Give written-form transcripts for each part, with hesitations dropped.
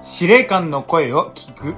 司令官の声を聞く。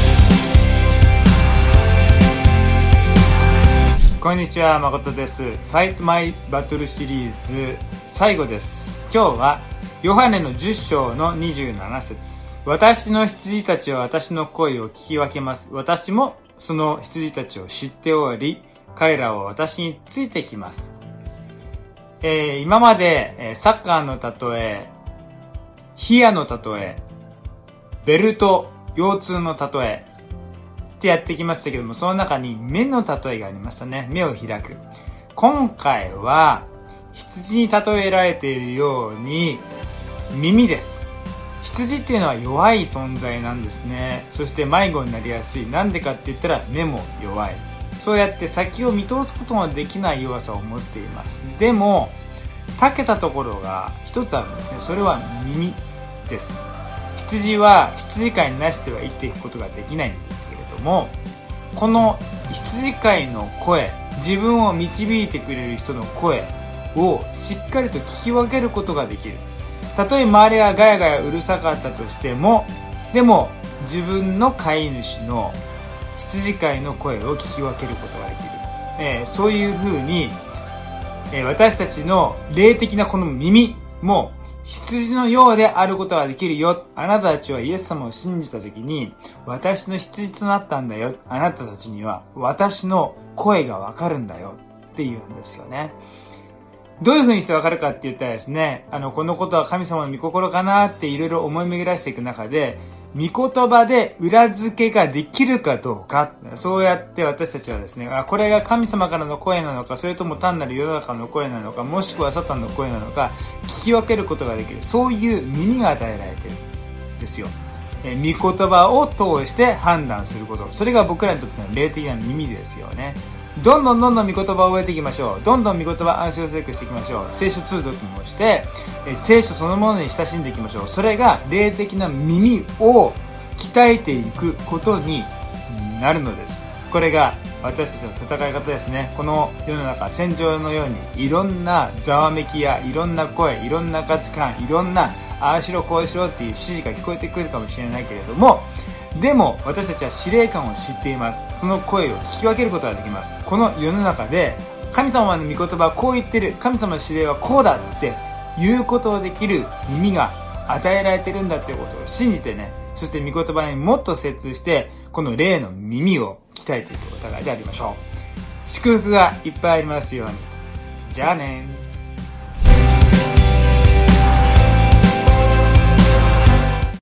こんにちは、誠です。Fight My Battle シリーズ最後です。今日はヨハネの10章の27節。私の羊たちは私の声を聞き分けます。私もその羊たちを知っており、彼らは私についてきます。今までサッカーの例え、ヒヤの例え、ベルト、腰痛の例えってやってきましたけども、その中に目の例えがありましたね。目を開く。今回は羊に例えられているように耳です。羊っていうのは弱い存在なんですね。そして迷子になりやすい。なんでかって言ったら目も弱い。そうやって先を見通すことができない弱さを持っています。でも長けたところが一つあるんですね。それは耳です。羊は羊飼いなしでは生きていくことができないんですけれども、この羊飼いの声、自分を導いてくれる人の声をしっかりと聞き分けることができる。たとえ周りがガヤガヤうるさかったとしても、でも自分の飼い主の羊飼いの声を聞き分けることができる。そういう風に、私たちの霊的なこの耳も羊のようであることができるよ。あなたたちはイエス様を信じたときに私の羊となったんだよ。あなたたちには私の声がわかるんだよっていうんですよね。どういう風にしてわかるかって言ったらですね、このことは神様の御心かなっていろいろ思い巡らしていく中で、御言葉で裏付けができるかどうか、そうやって私たちはですね、これが神様からの声なのか、それとも単なる世の中の声なのか、もしくはサタンの声なのか、聞き分けることができる。そういう耳が与えられているんですよ。御言葉を通して判断すること。それが僕らにとっての霊的な耳ですよね。どんどん御言葉を覚えていきましょう。どんどん御言葉暗唱聖句していきましょう。聖書通読もして、聖書そのものに親しんでいきましょう。それが霊的な耳を鍛えていくことになるのです。これが私たちの戦い方ですね。この世の中、戦場のようにいろんなざわめきやいろんな声、いろんな価値観、いろんなああしろこうしろっていう指示が聞こえてくるかもしれないけれども、でも私たちは司令官を知っています。その声を聞き分けることができます。この世の中で神様の御言葉はこう言ってる、神様の指令はこうだっていうことができる耳が与えられてるんだっていうことを信じてね、そして御言葉にもっと精通してこの霊の耳を鍛えていくお互いでありましょう。祝福がいっぱいありますように。じゃあね。